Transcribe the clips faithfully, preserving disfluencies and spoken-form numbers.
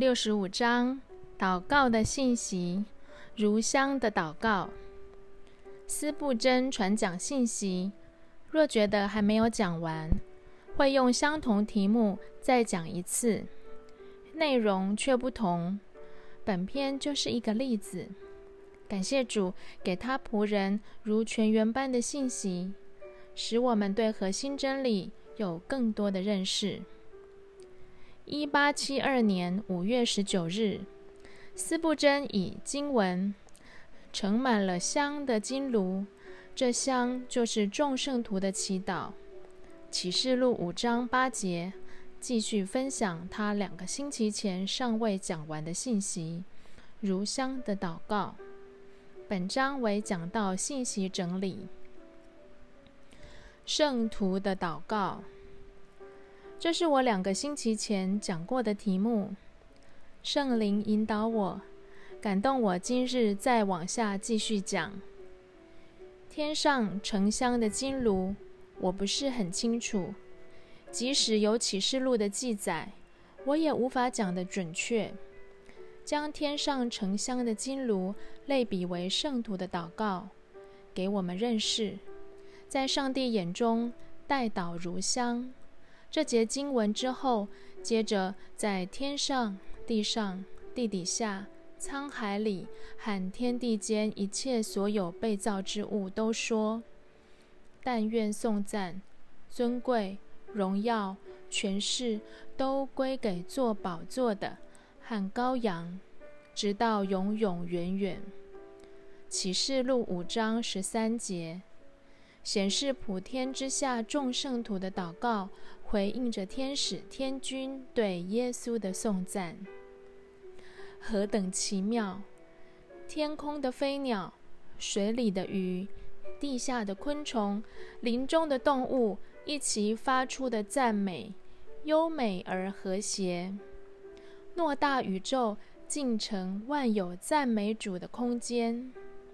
六十五章，祷告的信息，如香的祷告。司布真传讲信息，若觉得还没有讲完，会用相同题目再讲一次，内容却不同。本篇就是一个例子。感谢主给他仆人如泉源般的信息，使我们对核心真理有更多的认识。一八七二年五月十九日，司布真以经文盛满了香的金炉，这香就是众圣徒的祈祷。启示录五章八节，继续分享他两个星期前尚未讲完的信息，如香的祷告。本章为讲道信息整理。圣徒的祷告，这是我两个星期前讲过的题目。圣灵引导我，感动我今日再往下继续讲。天上盛香的金炉，我不是很清楚，即使有启示录的记载，我也无法讲得准确。将天上盛香的金炉类比为圣徒的祷告，给我们认识，在上帝眼中代祷如香。这节经文之后，接着在天上、地上、地底下、沧海里和天地间一切所有被造之物都说：但愿颂赞、尊贵、荣耀、权势都归给坐宝座的和羔羊，直到永永远远。启示录五章十三节，显示普天之下众圣徒的祷告，回应着天使天君对耶稣的颂赞。何等奇妙！天空的飞鸟，水里的鱼，地下的昆虫，林中的动物，一起发出的赞美，优美而和谐。偌大宇宙竟成万有赞美主的空间。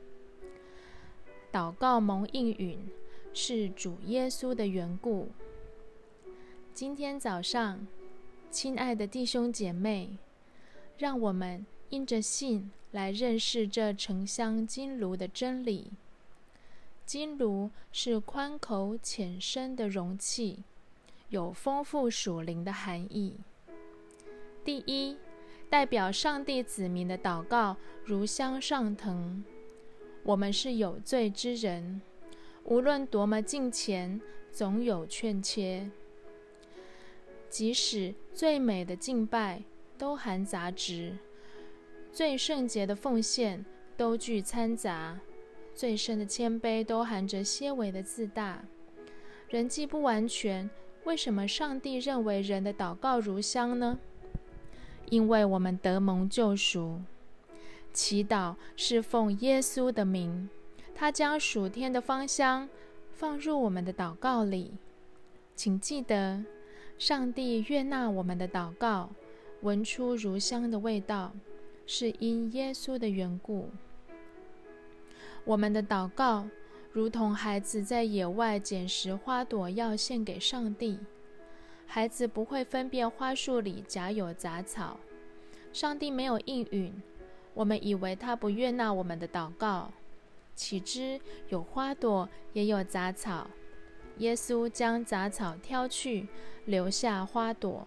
祷告蒙应允，是主耶稣的缘故。今天早上，亲爱的弟兄姐妹，让我们因着信来认识这盛香金炉的真理。金炉是宽口浅深的容器，有丰富属灵的含义。第一，代表上帝子民的祷告如香上腾。我们是有罪之人，无论多么敬虔，总有欠缺。即使最美的敬拜都含杂质，最圣洁的奉献都具掺杂，最深的谦卑都含着些微的自大。人既不完全，为什么上帝认为人的祷告如香呢？因为我们得蒙救赎。祈祷是奉耶稣的名，他将属天的芳香放入我们的祷告里。请记得，上帝悦纳我们的祷告，闻出如香的味道，是因耶稣的缘故。我们的祷告如同孩子在野外捡拾花朵要献给上帝。孩子不会分辨花树里夹有杂草，上帝没有应允，我们以为他不悦纳我们的祷告，岂知有花朵也有杂草，耶稣将杂草挑去，留下花朵。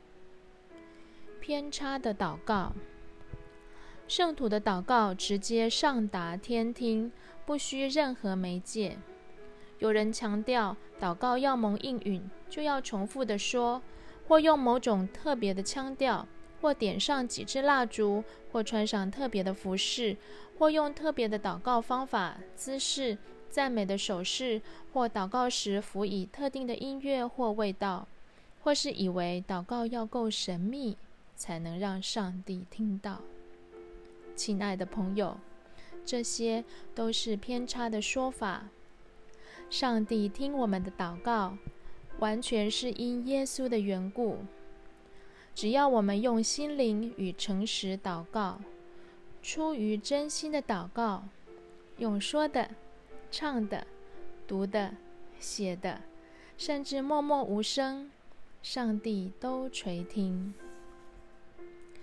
偏差的祷告，圣徒的祷告直接上达天听，不需任何媒介。有人强调祷告要蒙应允，就要重复的说，或用某种特别的腔调，或点上几支蜡烛，或穿上特别的服饰，或用特别的祷告方法、姿势、赞美的手势，或祷告时辅以特定的音乐或味道，或是以为祷告要够神秘，才能让上帝听到。亲爱的朋友，这些都是偏差的说法。上帝听我们的祷告，完全是因耶稣的缘故。只要我们用心灵与诚实祷告，出于真心的祷告，用说的、唱的、读的、写的，甚至默默无声，上帝都垂听。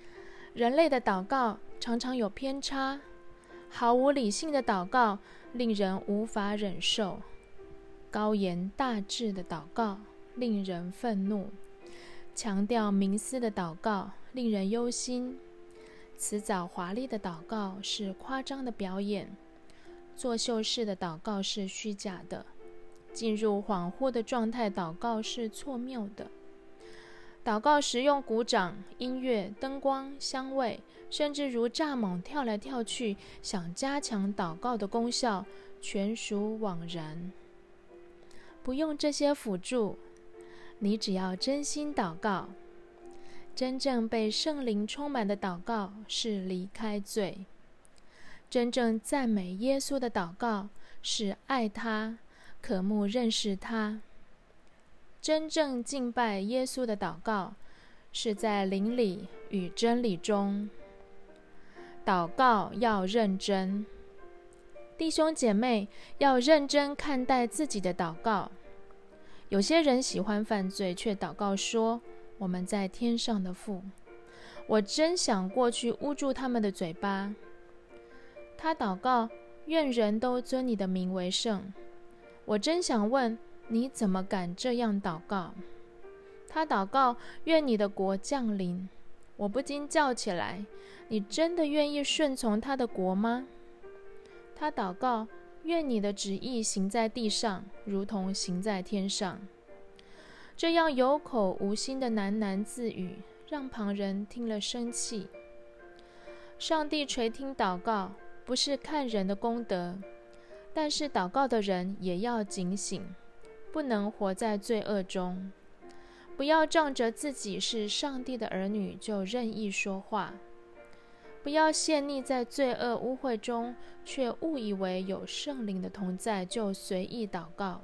人类的祷告常常有偏差，毫无理性的祷告令人无法忍受，高言大志的祷告令人愤怒，强调冥思的祷告令人忧心，辞藻华丽的祷告是夸张的表演，作秀式的祷告是虚假的，进入恍惚的状态祷告是错谬的。祷告时用鼓掌、音乐、灯光、香味，甚至如蚱蜢跳来跳去，想加强祷告的功效，全属枉然。不用这些辅助，你只要真心祷告。真正被圣灵充满的祷告是离开罪。真正赞美耶稣的祷告是爱他，渴慕认识他。真正敬拜耶稣的祷告是在灵里与真理中。祷告要认真，弟兄姐妹要认真看待自己的祷告。有些人喜欢犯罪，却祷告说：我们在天上的父。我真想过去捂住他们的嘴巴。他祷告：愿人都尊你的名为圣。我真想问：你怎么敢这样祷告？他祷告：愿你的国降临。我不禁叫起来：你真的愿意顺从他的国吗？他祷告：愿你的旨意行在地上，如同行在天上。这样有口无心的喃喃自语，让旁人听了生气。上帝垂听祷告，不是看人的功德，但是祷告的人也要警醒，不能活在罪恶中。不要仗着自己是上帝的儿女就任意说话，不要陷溺在罪恶污秽中，却误以为有圣灵的同在就随意祷告。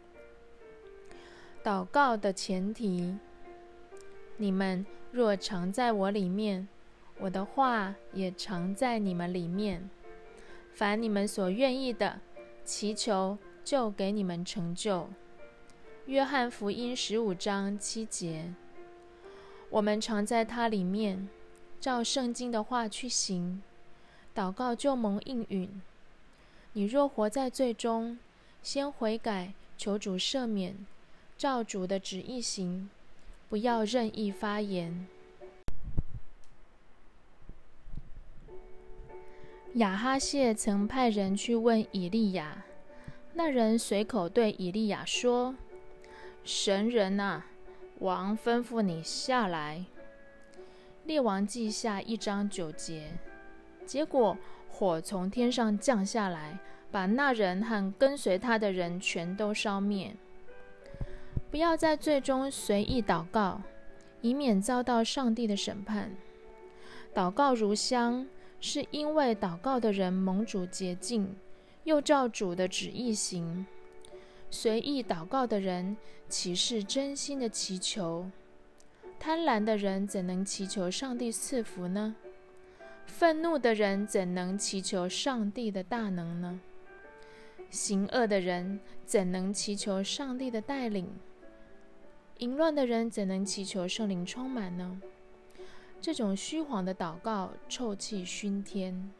祷告的前提：你们若常在我里面，我的话也常在你们里面。凡你们所愿意的，祈求就给你们成就。约翰福音十五章七节。我们常在他里面，照圣经的话去行，祷告就蒙应允。你若活在罪中，先悔改，求主赦免，照主的旨意行，不要任意发言。亚哈谢曾派人去问以利亚，那人随口对以利亚说：神人啊，王吩咐你下来。列王记下一章九节。结果火从天上降下来，把那人和跟随他的人全都烧灭。不要在罪中随意祷告，以免遭到上帝的审判。祷告如香，是因为祷告的人蒙主洁净，又照主的旨意行。随意祷告的人岂是真心的祈求？贪婪的人怎能祈求上帝赐福呢？愤怒的人怎能祈求上帝的大能呢？行恶的人怎能祈求上帝的带领？淫乱的人怎能祈求圣灵充满呢？这种虚谎的祷告臭气熏天。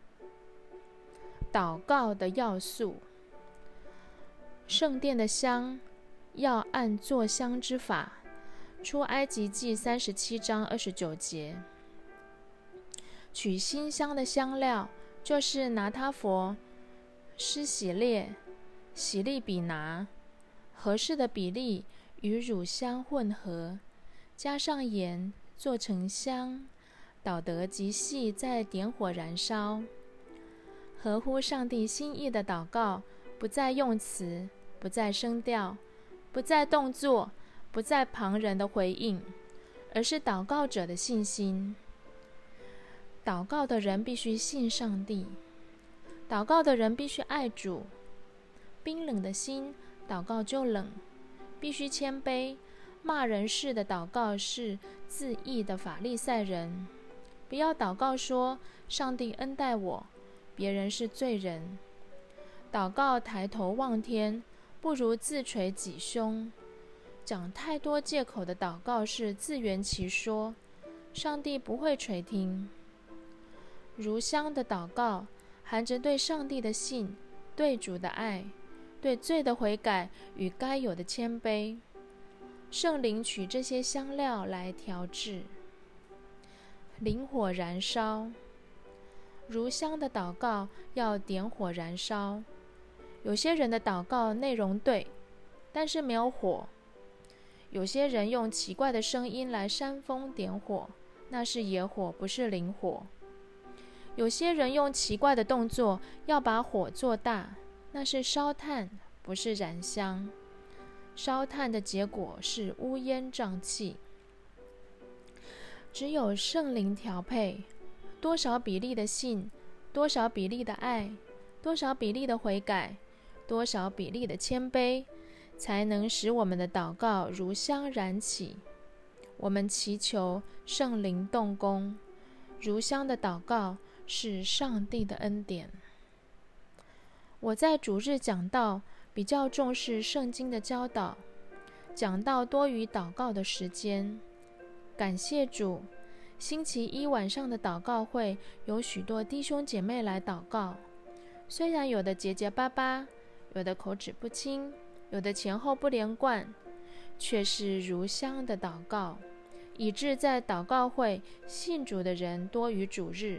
祷告的要素：圣殿的香要按做香之法，出埃及记三十七章二十九节。取馨香的香料就是拿他佛、施喜列、喜利比拿，合适的比例与乳香混合，加上盐，做成香，捣得极细，再点火燃烧。合乎上帝心意的祷告，不在用词，不在声调，不在动作，不在旁人的回应，而是祷告者的信心。祷告的人必须信上帝，祷告的人必须爱主。冰冷的心，祷告就冷，必须谦卑。骂人式的祷告是自义的法利赛人。不要祷告说上帝恩待我，别人是罪人。祷告抬头望天，不如自捶己胸。讲太多借口的祷告是自圆其说， 上帝不会垂听。如香的祷告含着对上帝的信，对主的爱，对罪的悔改与该有的谦卑。圣灵取这些香料来调制，灵火燃烧。如香的祷告要点火燃烧。有些人的祷告内容对，但是没有火。有些人用奇怪的声音来煽风点火，那是野火，不是灵火。有些人用奇怪的动作要把火做大，那是烧炭，不是燃香。烧炭的结果是乌烟瘴气。只有圣灵调配，多少比例的信，多少比例的爱，多少比例的悔改，多少比例的谦卑，才能使我们的祷告如香燃起。我们祈求圣灵动工，如香的祷告是上帝的恩典。我在主日讲道比较重视圣经的教导，讲道多于祷告的时间。感谢主，星期一晚上的祷告会有许多弟兄姐妹来祷告，虽然有的结结巴巴，有的口齿不清，有的前后不连贯，却是如香的祷告，以致在祷告会信主的人多于主日。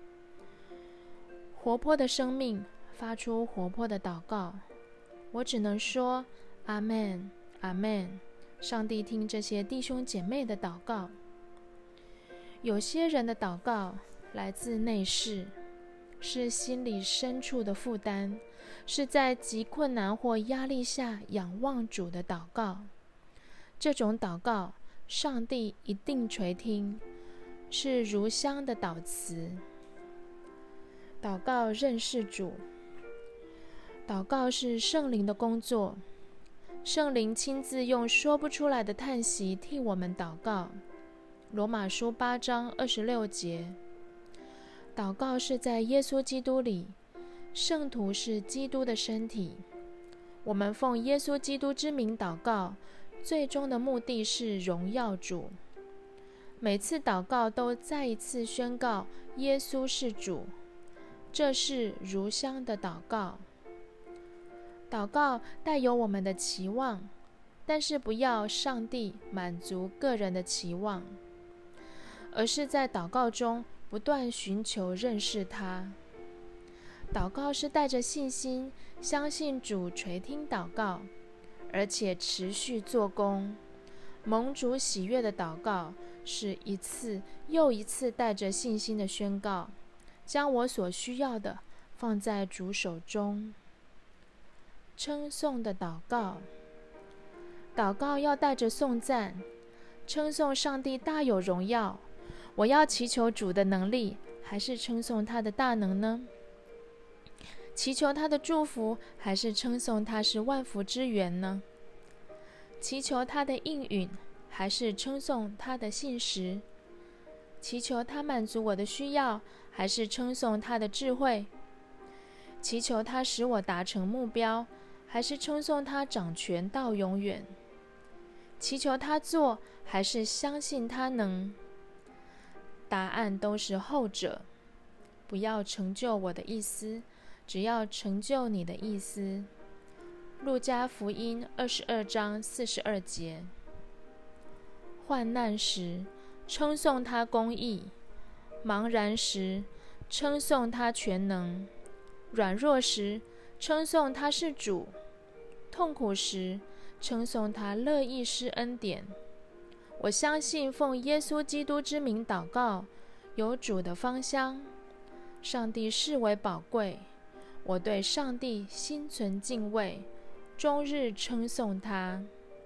活泼的生命发出活泼的祷告，我只能说阿们，阿们。上帝听这些弟兄姐妹的祷告。有些人的祷告来自内室，是心里深处的负担，是在极困难或压力下仰望主的祷告。这种祷告，上帝一定垂听，是如香的祷词。祷告认识主，祷告是圣灵的工作，圣灵亲自用说不出来的叹息替我们祷告。罗马书八章二十六节。祷告是在耶稣基督里，圣徒是基督的身体。我们奉耶稣基督之名祷告，最终的目的是荣耀主。每次祷告都再一次宣告耶稣是主，这是如香的祷告。祷告带有我们的期望，但是不要上帝满足个人的期望，而是在祷告中不断寻求认识他。祷告是带着信心，相信主垂听祷告，而且持续做工。蒙主喜悦的祷告是一次又一次带着信心的宣告，将我所需要的放在主手中。称颂的祷告，祷告要带着颂赞，称颂上帝大有荣耀。我要祈求主的能力，还是称颂他的大能呢？祈求他的祝福，还是称颂他是万福之源呢？祈求他的应允，还是称颂他的信实？祈求他满足我的需要，还是称颂他的智慧？祈求他使我达成目标，还是称颂他掌权到永远？祈求他做，还是相信他能？答案都是后者。不要成就我的意思，只要成就你的意思。路加福音二十二章四十二节。患难时，称颂他公义；茫然时，称颂他全能；软弱时，称颂他是主；痛苦时，称颂他乐意施恩典。我相信奉耶稣基督之名祷告，有主的芳香，上帝视为宝贵。我对上帝心存敬畏，终日称颂他。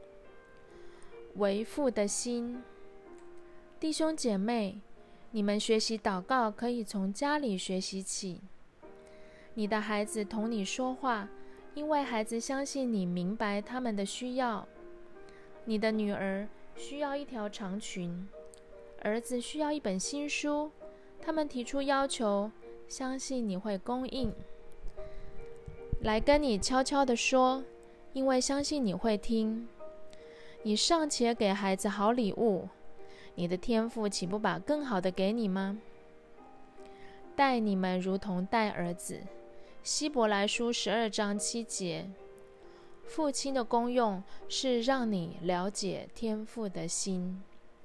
为父的心，弟兄姐妹，你们学习祷告可以从家里学习起。你的孩子同你说话，因为孩子相信你明白他们的需要。你的女儿需要一条长裙，儿子需要一本新书，他们提出要求，相信你会供应。来跟你悄悄地说，因为相信你会听。你尚且给孩子好礼物， 你的天父岂不把更好的给你吗？待你们如同待儿子。希伯来书十二章七节。父亲的功用是让你了解天父的心。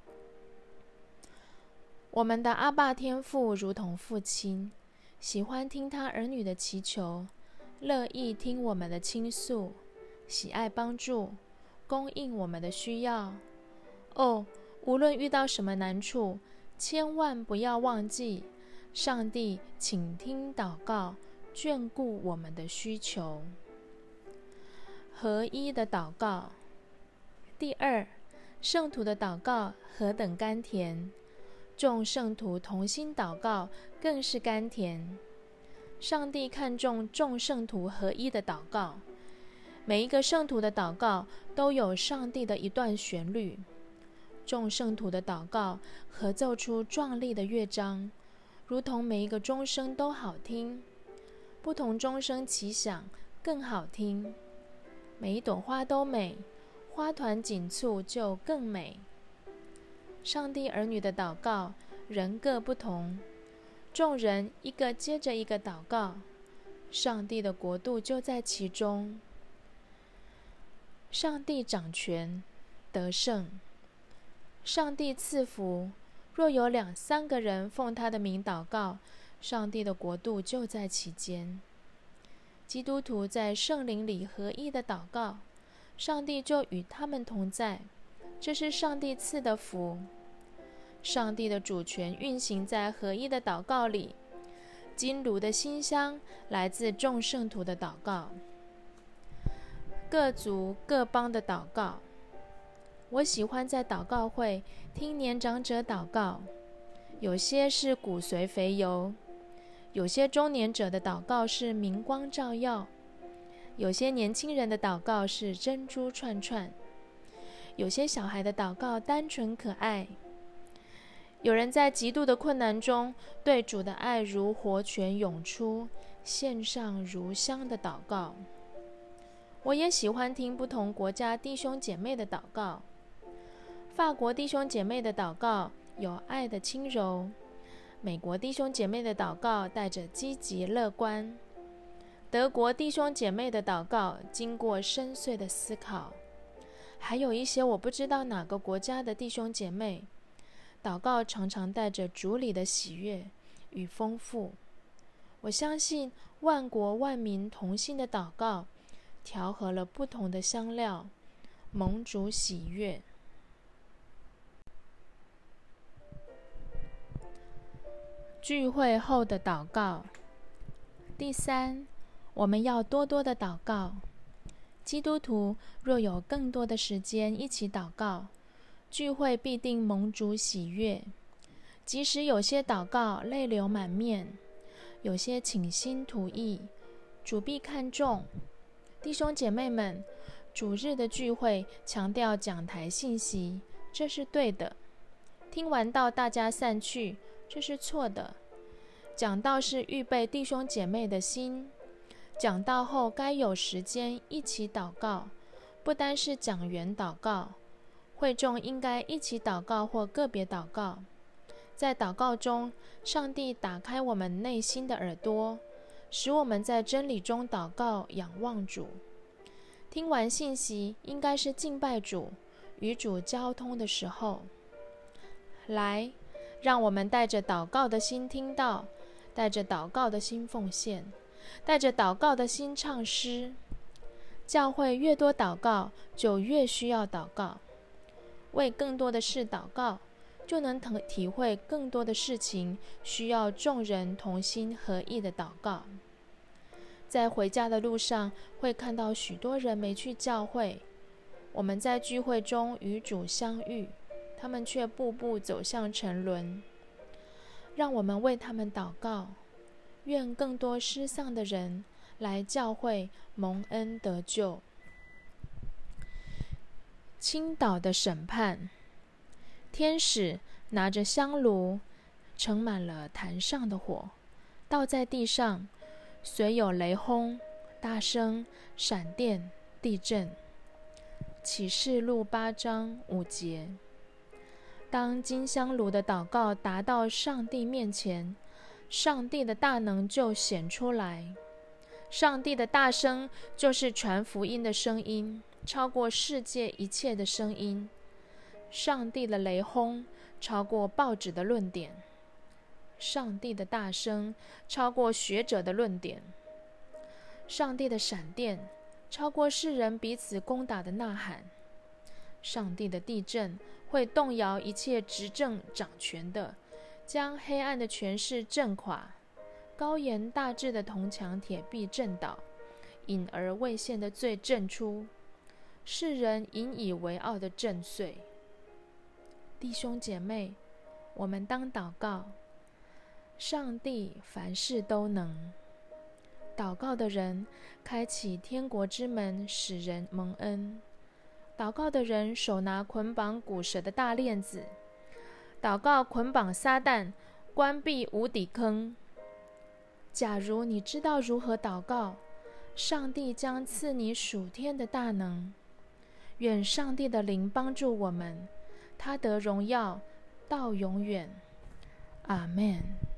我们的阿爸天父如同父亲，喜欢听他儿女的祈求，乐意听我们的倾诉，喜爱帮助，供应我们的需要。哦，无论遇到什么难处，千万不要忘记，上帝倾听祷告，眷顾我们的需求。合一的祷告。第二，圣徒的祷告何等甘甜，众圣徒同心祷告更是甘甜。上帝看重众圣徒合一的祷告，每一个圣徒的祷告都有上帝的一段旋律，众圣徒的祷告合奏出壮丽的乐章，如同每一个钟声都好听，不同钟声齐响更好听。每一朵花都美，花团锦簇就更美。上帝儿女的祷告人各不同，众人一个接着一个祷告，上帝的国度就在其中。上帝掌权得胜，上帝赐福，若有两三个人奉他的名祷告，上帝的国度就在其间。基督徒在圣灵里合一的祷告，上帝就与他们同在，这是上帝赐的福。上帝的主权运行在合一的祷告里，金炉的馨香来自众圣徒的祷告。各族各邦的祷告。我喜欢在祷告会听年长者祷告，有些是骨髓肥油，有些中年者的祷告是明光照耀，有些年轻人的祷告是珍珠串串，有些小孩的祷告单纯可爱。有人在极度的困难中，对主的爱如活泉涌出，献上如香的祷告。我也喜欢听不同国家弟兄姐妹的祷告。法国弟兄姐妹的祷告有爱的轻柔，美国弟兄姐妹的祷告带着积极乐观，德国弟兄姐妹的祷告经过深邃的思考，还有一些我不知道哪个国家的弟兄姐妹祷告常常带着主里的喜悦与丰富。我相信万国万民同心的祷告调和了不同的香料，蒙主喜悦。聚会后的祷告。第三，我们要多多的祷告。基督徒若有更多的时间一起祷告，聚会必定蒙主喜悦。即使有些祷告泪流满面，有些倾心吐意，主必看重。弟兄姐妹们，主日的聚会强调讲台信息，这是对的。听完道大家散去，这是错的。讲道是预备弟兄姐妹的心，讲道后该有时间一起祷告，不单是讲员祷告，会众应该一起祷告或个别祷告。在祷告中，上帝打开我们内心的耳朵，使我们在真理中祷告，仰望主。听完信息，应该是敬拜主，与主交通的时候。来，让我们带着祷告的心听道，带着祷告的心奉献，带着祷告的心唱诗。教会越多祷告，就越需要祷告。为更多的事祷告，就能体会更多的事情需要众人同心合意的祷告。在回家的路上，会看到许多人没去教会。我们在聚会中与主相遇，他们却步步走向沉沦。让我们为他们祷告，愿更多失丧的人来教会蒙恩得救。倾倒的审判。天使拿着香炉，盛满了坛上的火，倒在地上，随有雷轰、大声、闪电、地震。启示录八章五节。 当金香炉的祷告达到上帝面前，上帝的大能就显出来。上帝的大声就是传福音的声音，超过世界一切的声音。上帝的雷轰超过报纸的论点，上帝的大声超过学者的论点，上帝的闪电超过世人彼此攻打的呐喊。上帝的地震会动摇一切执政掌权的，将黑暗的权势震垮，高岩大志的铜墙铁壁震倒，隐而未现的罪震出，世人引以为傲的震碎。弟兄姐妹，我们当祷告，上帝凡事都能。祷告的人开启天国之门，使人蒙恩。祷告的人手拿捆绑古蛇的大链子，祷告捆绑撒旦，关闭无底坑。假如你知道如何祷告，上帝将赐你属天的大能。愿上帝的灵帮助我们，他得荣耀到永远。阿们。